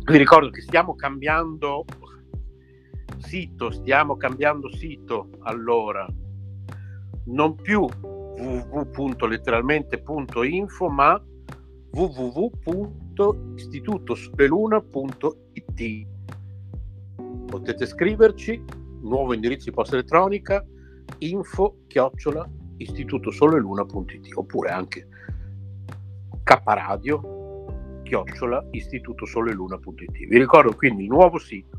Vi ricordo che stiamo cambiando sito, allora non più www.letteralmente.info, ma www.istitutosoleluna.it. Potete scriverci, nuovo indirizzo di posta elettronica, info@istitutosoleluna.it, oppure anche kradio@istitutosoleluna.it. Vi ricordo quindi il nuovo sito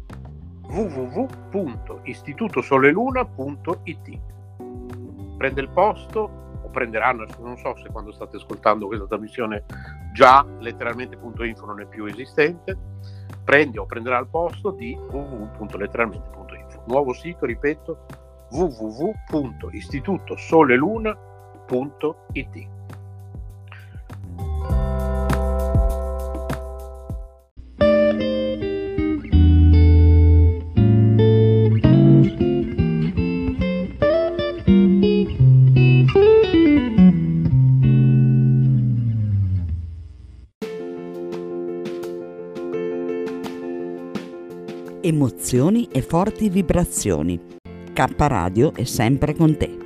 www.istitutosoleluna.it. Prende il posto, o prenderanno, non so se quando state ascoltando questa trasmissione già letteralmente.info non è più esistente, prende o prenderà il posto di www.letteralmente.info. Nuovo sito, ripeto, www.istitutosoleluna.it. Emozioni e forti vibrazioni. K Radio è sempre con te.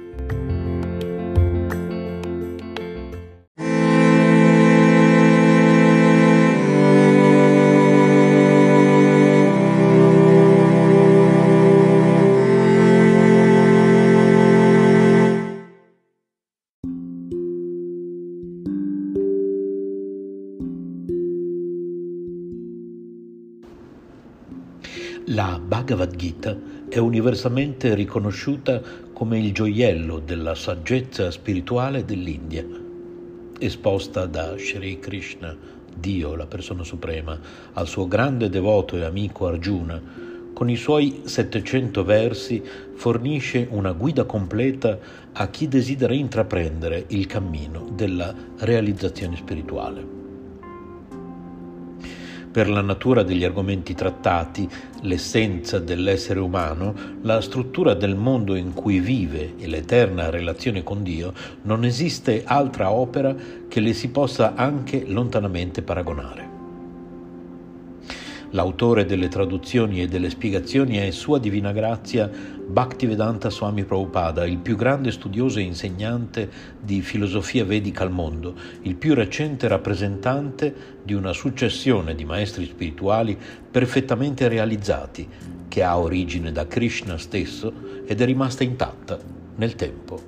La Bhagavad Gita è universalmente riconosciuta come il gioiello della saggezza spirituale dell'India. Esposta da Shri Krishna, Dio, la persona suprema, al suo grande devoto e amico Arjuna, con i suoi 700 versi fornisce una guida completa a chi desidera intraprendere il cammino della realizzazione spirituale. Per la natura degli argomenti trattati, l'essenza dell'essere umano, la struttura del mondo in cui vive e l'eterna relazione con Dio, non esiste altra opera che le si possa anche lontanamente paragonare. L'autore delle traduzioni e delle spiegazioni è Sua Divina Grazia Bhaktivedanta Swami Prabhupada, il più grande studioso e insegnante di filosofia vedica al mondo, il più recente rappresentante di una successione di maestri spirituali perfettamente realizzati, che ha origine da Krishna stesso ed è rimasta intatta nel tempo.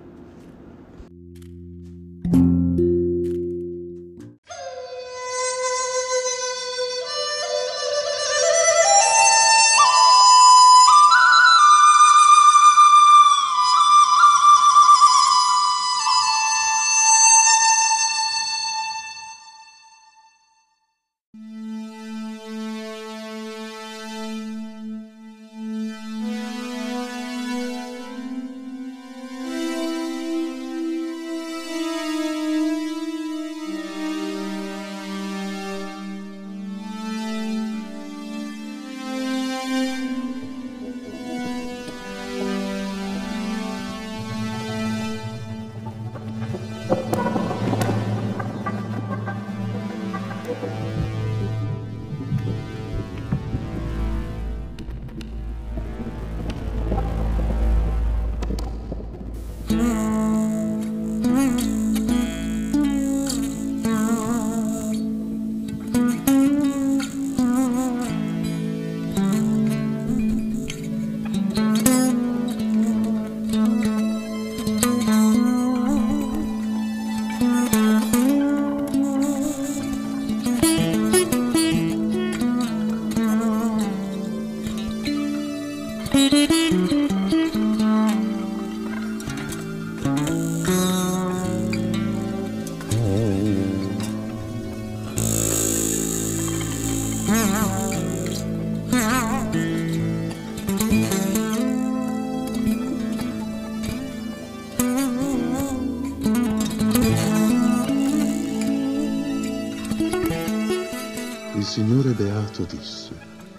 Il Signore Beato disse: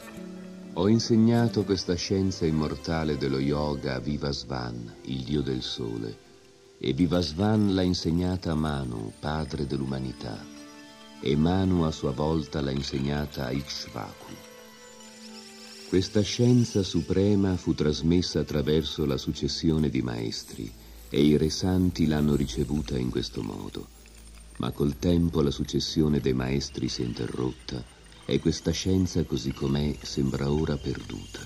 ho insegnato questa scienza immortale dello yoga a Vivasvan, il dio del sole, e Vivasvan l'ha insegnata a Manu, padre dell'umanità. e Manu a sua volta l'ha insegnata a Ikshvaku. Questa scienza suprema fu trasmessa attraverso la successione di maestri e i re santi l'hanno ricevuta in questo modo. Ma col tempo la successione dei maestri si è interrotta e questa scienza così com'è sembra ora perduta.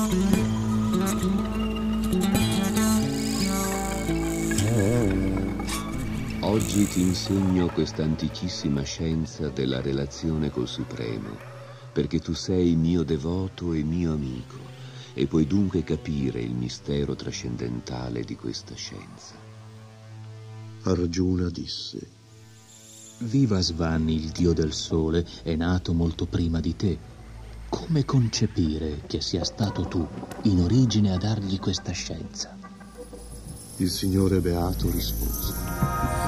Oggi ti insegno questa antichissima scienza della relazione col Supremo, perché tu sei mio devoto e mio amico, e puoi dunque capire il mistero trascendentale di questa scienza. Arjuna disse: Vivasvan, il dio del sole, è nato molto prima di te. Come concepire che sia stato tu in origine a dargli questa scienza? Il Signore Beato rispose: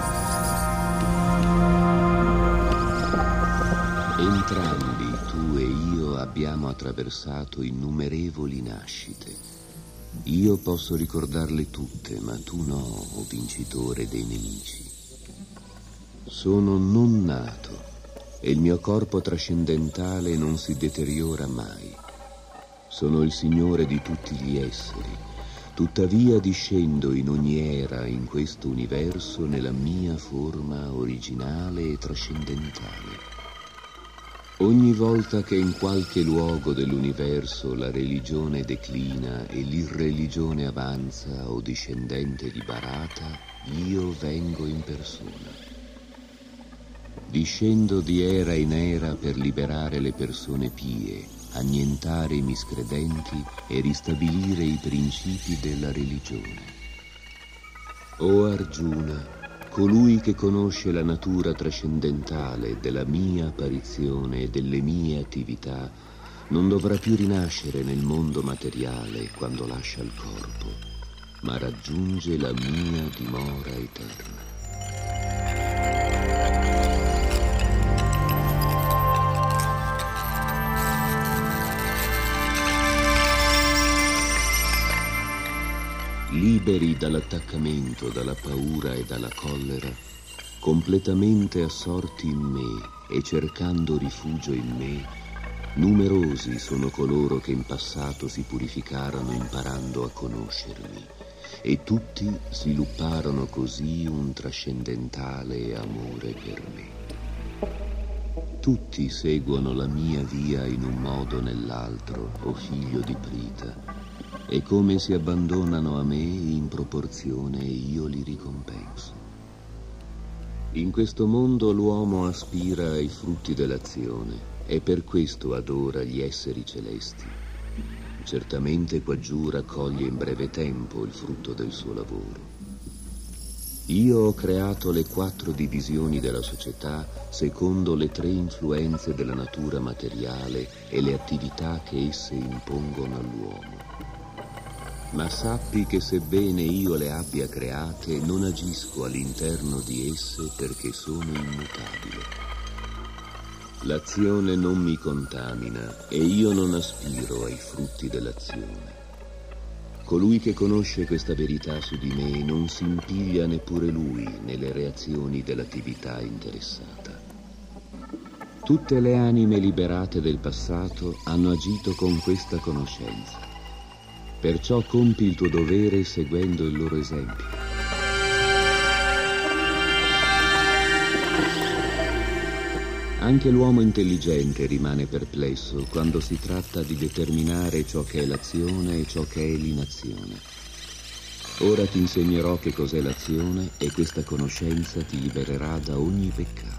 Entrambi, tu e io, abbiamo attraversato innumerevoli nascite. Io posso ricordarle tutte, ma tu no, o vincitore dei nemici. Sono non nato e il mio corpo trascendentale non si deteriora mai. Sono il Signore di tutti gli esseri, tuttavia discendo in ogni era in questo universo nella mia forma originale e trascendentale. Ogni volta che in qualche luogo dell'universo la religione declina e l'irreligione avanza o discendente di Bharata, io vengo in persona. Discendo di era in era per liberare le persone pie, annientare i miscredenti e ristabilire i principi della religione. O Arjuna, colui che conosce la natura trascendentale della mia apparizione e delle mie attività non dovrà più rinascere nel mondo materiale quando lascia il corpo, ma raggiunge la mia dimora eterna. Liberi dall'attaccamento, dalla paura e dalla collera, completamente assorti in me e cercando rifugio in me, numerosi sono coloro che in passato si purificarono imparando a conoscermi, e tutti svilupparono così un trascendentale amore per me. Tutti seguono la mia via in un modo o nell'altro, o figlio di Prita, e come si abbandonano a me in proporzione io li ricompenso. In questo mondo l'uomo aspira ai frutti dell'azione e per questo adora gli esseri celesti. Certamente quaggiù raccoglie in breve tempo il frutto del suo lavoro. Io ho creato le 4 divisioni della società secondo le 3 influenze della natura materiale e le attività che esse impongono all'uomo. Ma sappi che sebbene io le abbia create, non agisco all'interno di esse perché sono immutabile. L'azione non mi contamina e io non aspiro ai frutti dell'azione. Colui che conosce questa verità su di me non si impiglia neppure lui nelle reazioni dell'attività interessata. Tutte le anime liberate del passato hanno agito con questa conoscenza. Perciò compi il tuo dovere seguendo il loro esempio. Anche l'uomo intelligente rimane perplesso quando si tratta di determinare ciò che è l'azione e ciò che è l'inazione. Ora ti insegnerò che cos'è l'azione e questa conoscenza ti libererà da ogni peccato.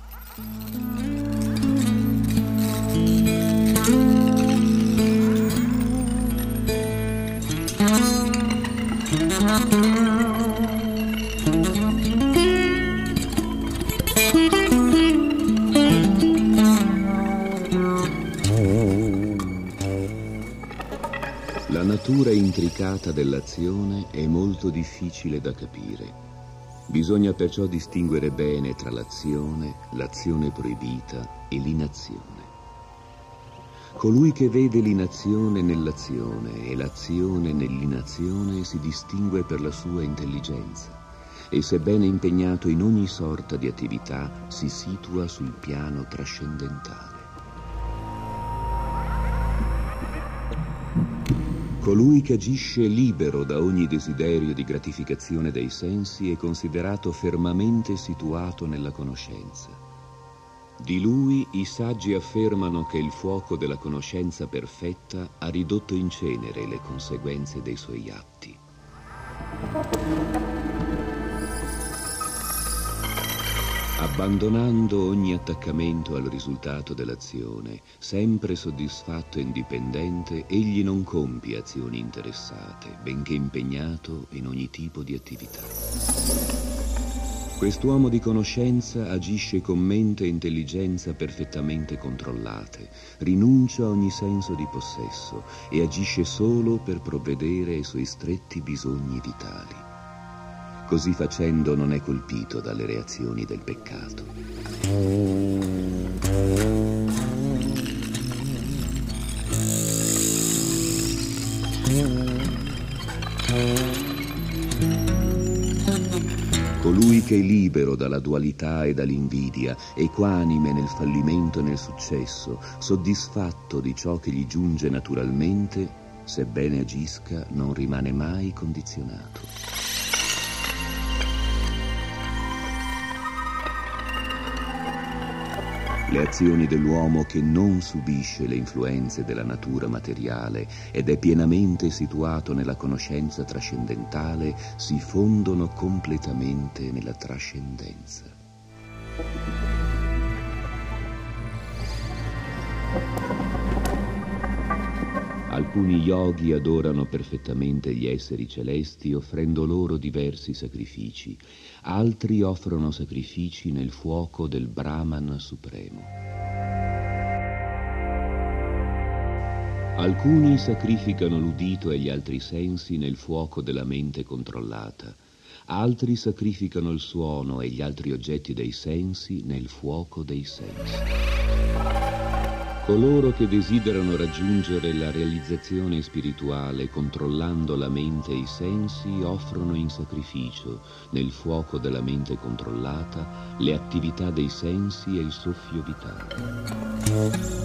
La natura intricata dell'azione è molto difficile da capire. Bisogna perciò distinguere bene tra l'azione proibita e l'inazione. Colui che vede l'inazione nell'azione e l'azione nell'inazione si distingue per la sua intelligenza, e sebbene impegnato in ogni sorta di attività, si situa sul piano trascendentale. Colui che agisce libero da ogni desiderio di gratificazione dei sensi è considerato fermamente situato nella conoscenza. Di lui i saggi affermano che il fuoco della conoscenza perfetta ha ridotto in cenere le conseguenze dei suoi atti. Abbandonando ogni attaccamento al risultato dell'azione, sempre soddisfatto e indipendente, egli non compie azioni interessate, benché impegnato in ogni tipo di attività. Quest'uomo di conoscenza agisce con mente e intelligenza perfettamente controllate, rinuncia a ogni senso di possesso e agisce solo per provvedere ai suoi stretti bisogni vitali. Così facendo non è colpito dalle reazioni del peccato. Colui che è libero dalla dualità e dall'invidia, equanime nel fallimento e nel successo, soddisfatto di ciò che gli giunge naturalmente, sebbene agisca, non rimane mai condizionato. Le azioni dell'uomo che non subisce le influenze della natura materiale ed è pienamente situato nella conoscenza trascendentale si fondono completamente nella trascendenza. Alcuni yogi adorano perfettamente gli esseri celesti offrendo loro diversi sacrifici. Altri offrono sacrifici nel fuoco del Brahman supremo. Alcuni sacrificano l'udito e gli altri sensi nel fuoco della mente controllata. Altri sacrificano il suono e gli altri oggetti dei sensi nel fuoco dei sensi. Coloro che desiderano raggiungere la realizzazione spirituale controllando la mente e i sensi offrono in sacrificio, nel fuoco della mente controllata, le attività dei sensi e il soffio vitale.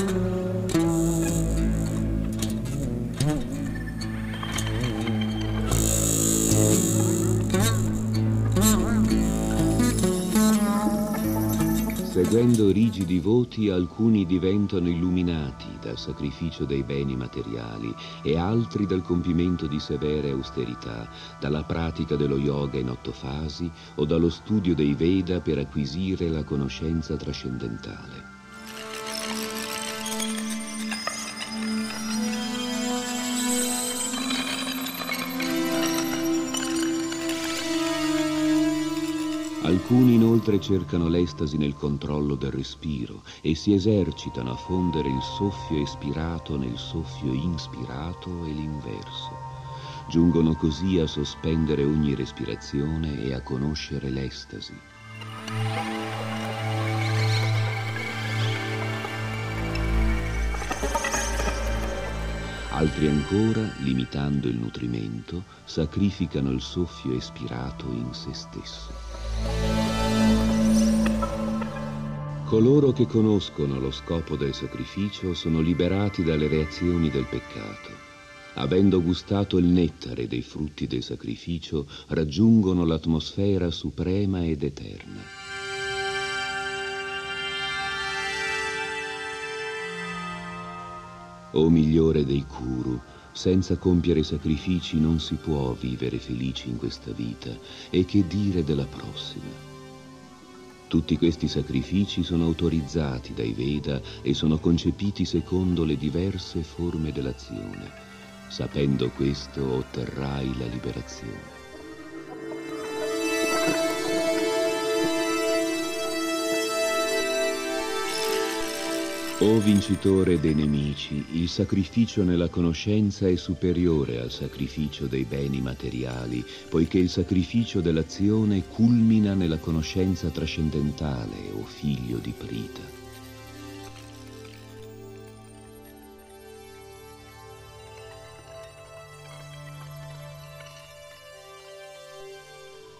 Seguendo rigidi voti, alcuni diventano illuminati dal sacrificio dei beni materiali e altri dal compimento di severe austerità, dalla pratica dello yoga in 8 fasi o dallo studio dei Veda per acquisire la conoscenza trascendentale. Alcuni inoltre cercano l'estasi nel controllo del respiro e si esercitano a fondere il soffio espirato nel soffio inspirato e l'inverso. Giungono così a sospendere ogni respirazione e a conoscere l'estasi. Altri ancora, limitando il nutrimento, sacrificano il soffio espirato in se stesso. Coloro che conoscono lo scopo del sacrificio sono liberati dalle reazioni del peccato. Avendo gustato il nettare dei frutti del sacrificio, raggiungono l'atmosfera suprema ed eterna. O migliore dei Kuru, senza compiere sacrifici non si può vivere felici in questa vita, e che dire della prossima? Tutti questi sacrifici sono autorizzati dai Veda e sono concepiti secondo le diverse forme dell'azione. Sapendo questo otterrai la liberazione. O vincitore dei nemici, il sacrificio nella conoscenza è superiore al sacrificio dei beni materiali, poiché il sacrificio dell'azione culmina nella conoscenza trascendentale, o figlio di Prita.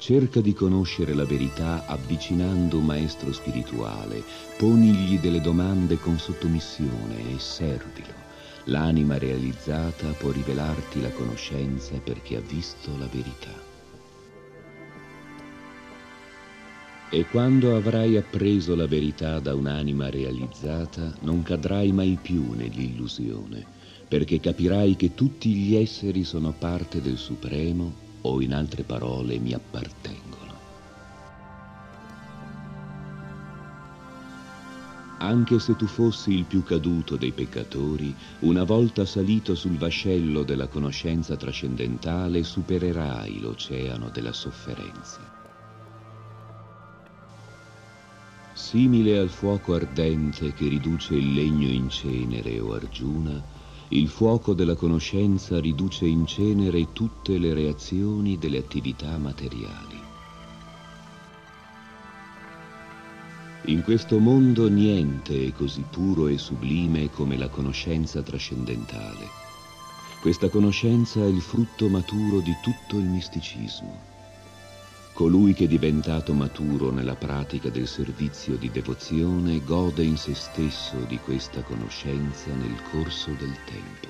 Cerca di conoscere la verità avvicinando un maestro spirituale, ponigli delle domande con sottomissione e servilo. L'anima realizzata può rivelarti la conoscenza perché ha visto la verità. E quando avrai appreso la verità da un'anima realizzata, non cadrai mai più nell'illusione, perché capirai che tutti gli esseri sono parte del Supremo, o in altre parole mi appartengono. Anche se tu fossi il più caduto dei peccatori, una volta salito sul vascello della conoscenza trascendentale, supererai l'oceano della sofferenza. Simile al fuoco ardente che riduce il legno in cenere, o Arjuna, il fuoco della conoscenza riduce in cenere tutte le reazioni delle attività materiali. In questo mondo niente è così puro e sublime come la conoscenza trascendentale. Questa conoscenza è il frutto maturo di tutto il misticismo. Colui che è diventato maturo nella pratica del servizio di devozione gode in se stesso di questa conoscenza nel corso del tempo.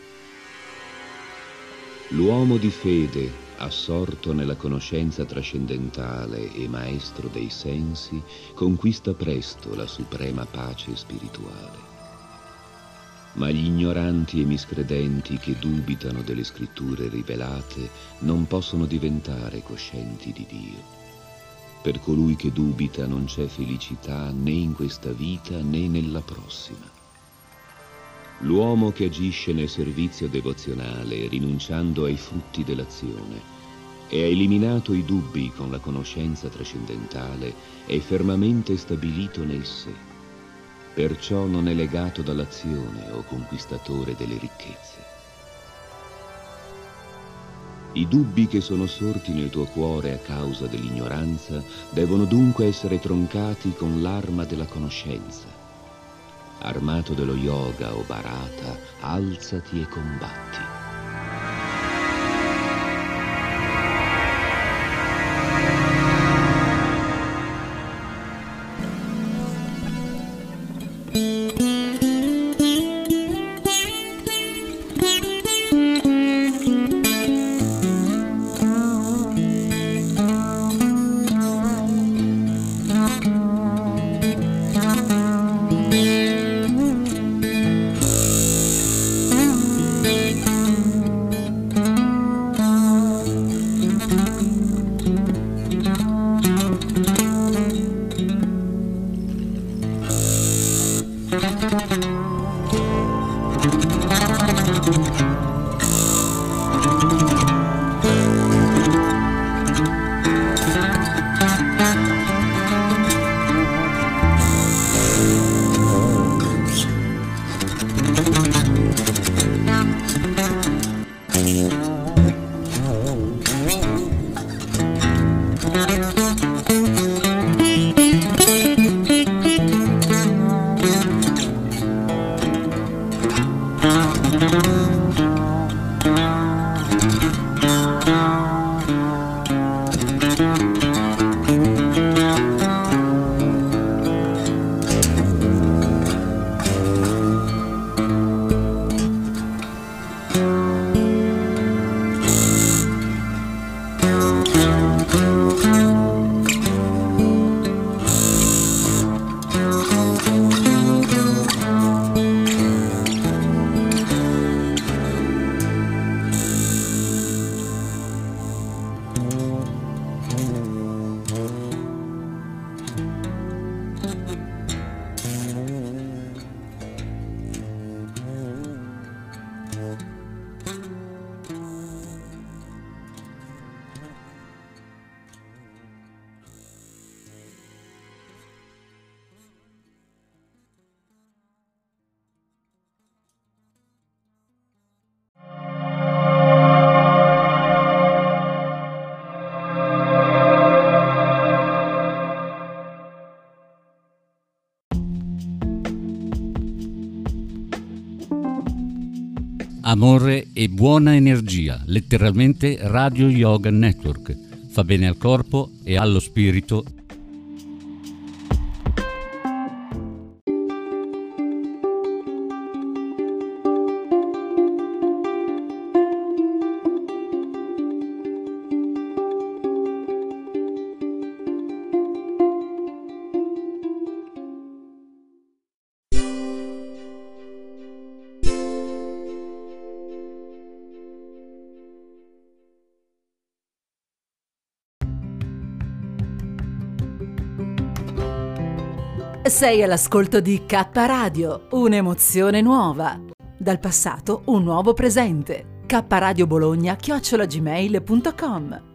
L'uomo di fede, assorto nella conoscenza trascendentale e maestro dei sensi, conquista presto la suprema pace spirituale. Ma gli ignoranti e miscredenti che dubitano delle scritture rivelate non possono diventare coscienti di Dio. Per colui che dubita non c'è felicità né in questa vita né nella prossima. L'uomo che agisce nel servizio devozionale, rinunciando ai frutti dell'azione, e ha eliminato i dubbi con la conoscenza trascendentale, è fermamente stabilito nel sé. Perciò non è legato dall'azione o conquistatore delle ricchezze. I dubbi che sono sorti nel tuo cuore a causa dell'ignoranza devono dunque essere troncati con l'arma della conoscenza. Armato dello yoga o bharata, alzati e combatti. Amore e buona energia, letteralmente Radio Yoga Network. fa bene al corpo e allo spirito. Sei all'ascolto di K Radio, un'emozione nuova. Dal passato un nuovo presente. kradiobologna@gmail.com